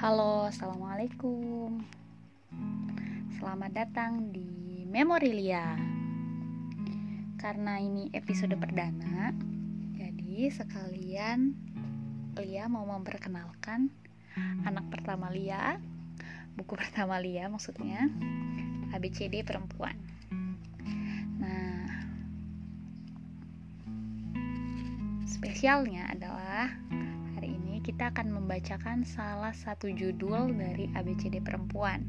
Halo, assalamualaikum. Selamat datang di Memorilia. Karena ini episode perdana, jadi sekalian Lia mau memperkenalkan anak pertama Lia, buku pertama Lia maksudnya, ABCD Perempuan. Nah, spesialnya adalah hari ini kita akan membacakan salah satu judul dari ABCD Perempuan.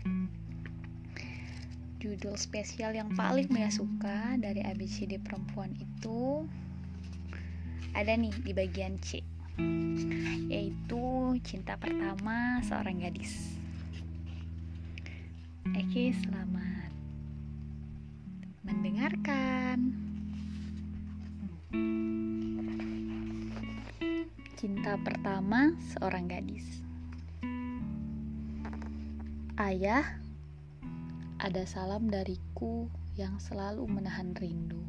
Judul spesial yang paling Mia suka dari ABCD Perempuan itu ada nih di bagian C, yaitu Cinta Pertama Seorang Gadis. Oke, selamat mendengarkan. Cinta pertama seorang gadis. Ayah, ada salam dariku yang selalu menahan rindu.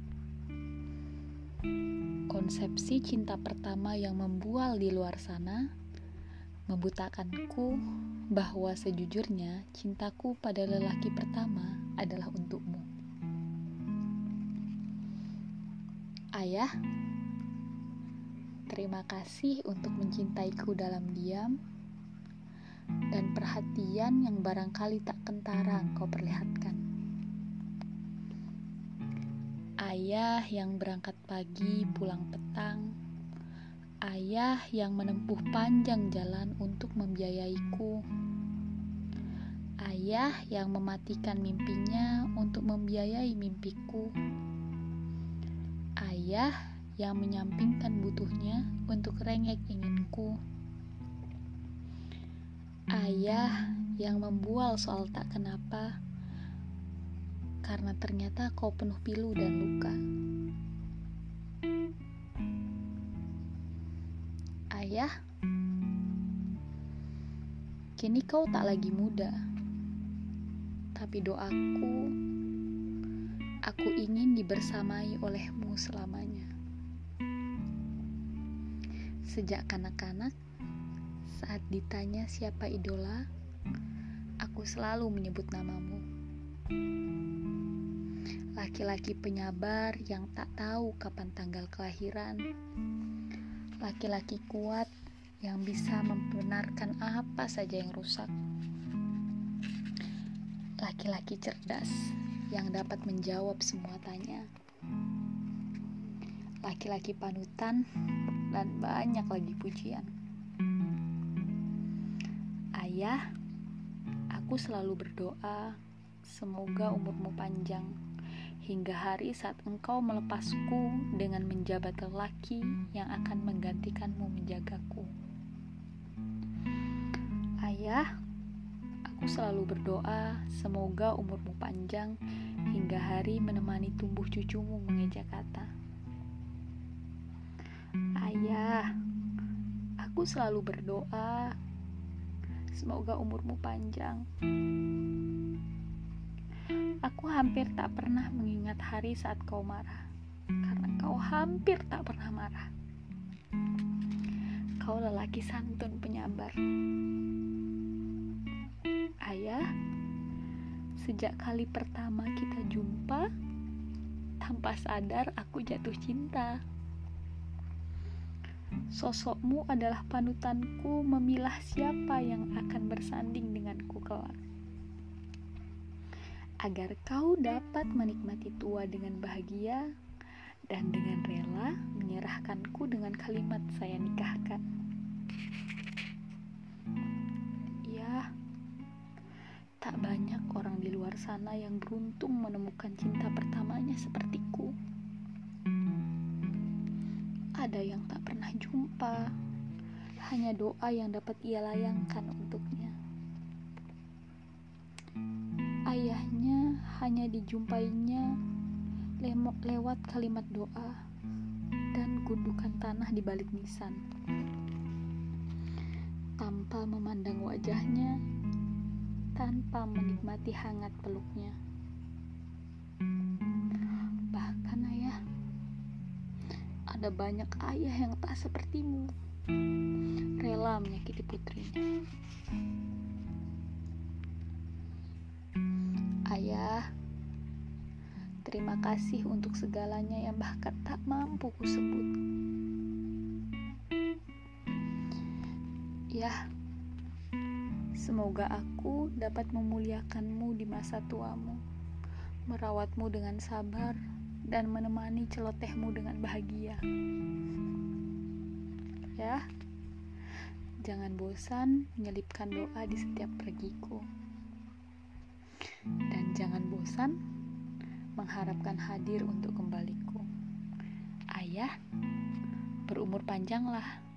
Konsepsi cinta pertama yang membual di luar sana membutakanku bahwa sejujurnya cintaku pada lelaki pertama adalah untukmu. Ayah, terima kasih untuk mencintaiku dalam diam dan perhatian yang barangkali tak kentara engkau perlihatkan. Ayah yang berangkat pagi pulang petang, ayah yang menempuh panjang jalan untuk membiayaiku, ayah yang mematikan mimpinya untuk membiayai mimpiku, ayah yang menyampingkan butuhnya untuk rengek inginku, ayah yang membual soal tak kenapa karena ternyata kau penuh pilu dan luka. Ayah, kini kau tak lagi muda, tapi doaku, aku ingin dibersamai olehmu selamanya. Sejak kanak-kanak, saat ditanya siapa idola, aku selalu menyebut namamu. Laki-laki penyabar yang tak tahu kapan tanggal kelahiran. Laki-laki kuat yang bisa membenarkan apa saja yang rusak. Laki-laki cerdas yang dapat menjawab semua tanya. Laki-laki panutan dan banyak lagi pujian. Ayah, aku selalu berdoa semoga umurmu panjang hingga hari saat engkau melepasku dengan menjabat lelaki yang akan menggantikanmu menjagaku. Ayah, aku selalu berdoa semoga umurmu panjang hingga hari menemani tumbuh cucumu mengeja kata. Ayah, aku selalu berdoa semoga umurmu panjang. Aku hampir tak pernah mengingat hari saat kau marah, karena kau hampir tak pernah marah. Kau lelaki santun penyabar. Ayah, sejak kali pertama kita jumpa, tanpa sadar aku jatuh cinta. Sosokmu adalah panutanku memilah siapa yang akan bersanding denganku kelak. Agar kau dapat menikmati tua dengan bahagia dan dengan rela menyerahkanku dengan kalimat saya nikahkan. Ya, tak banyak orang di luar sana yang beruntung menemukan cinta pertamanya sepertiku. Ada yang tak pernah jumpa, hanya doa yang dapat ia layangkan untuknya. Ayahnya hanya dijumpainya lewat kalimat doa dan gundukan tanah di balik nisan. Tanpa memandang wajahnya, tanpa menikmati hangat peluknya. Bahkan ayah, ada banyak ayah yang tak sepertimu. rela menyakiti putrinya. Ayah, terima kasih untuk segalanya yang bahkan tak mampu kusebut. Ya, semoga aku dapat memuliakanmu di masa tuamu, merawatmu dengan sabar, dan menemani celotehmu dengan bahagia. Ya, jangan bosan menyelipkan doa di setiap pergiku. Dan jangan bosan mengharapkan hadir untuk kembaliku. Ayah, berumur panjanglah.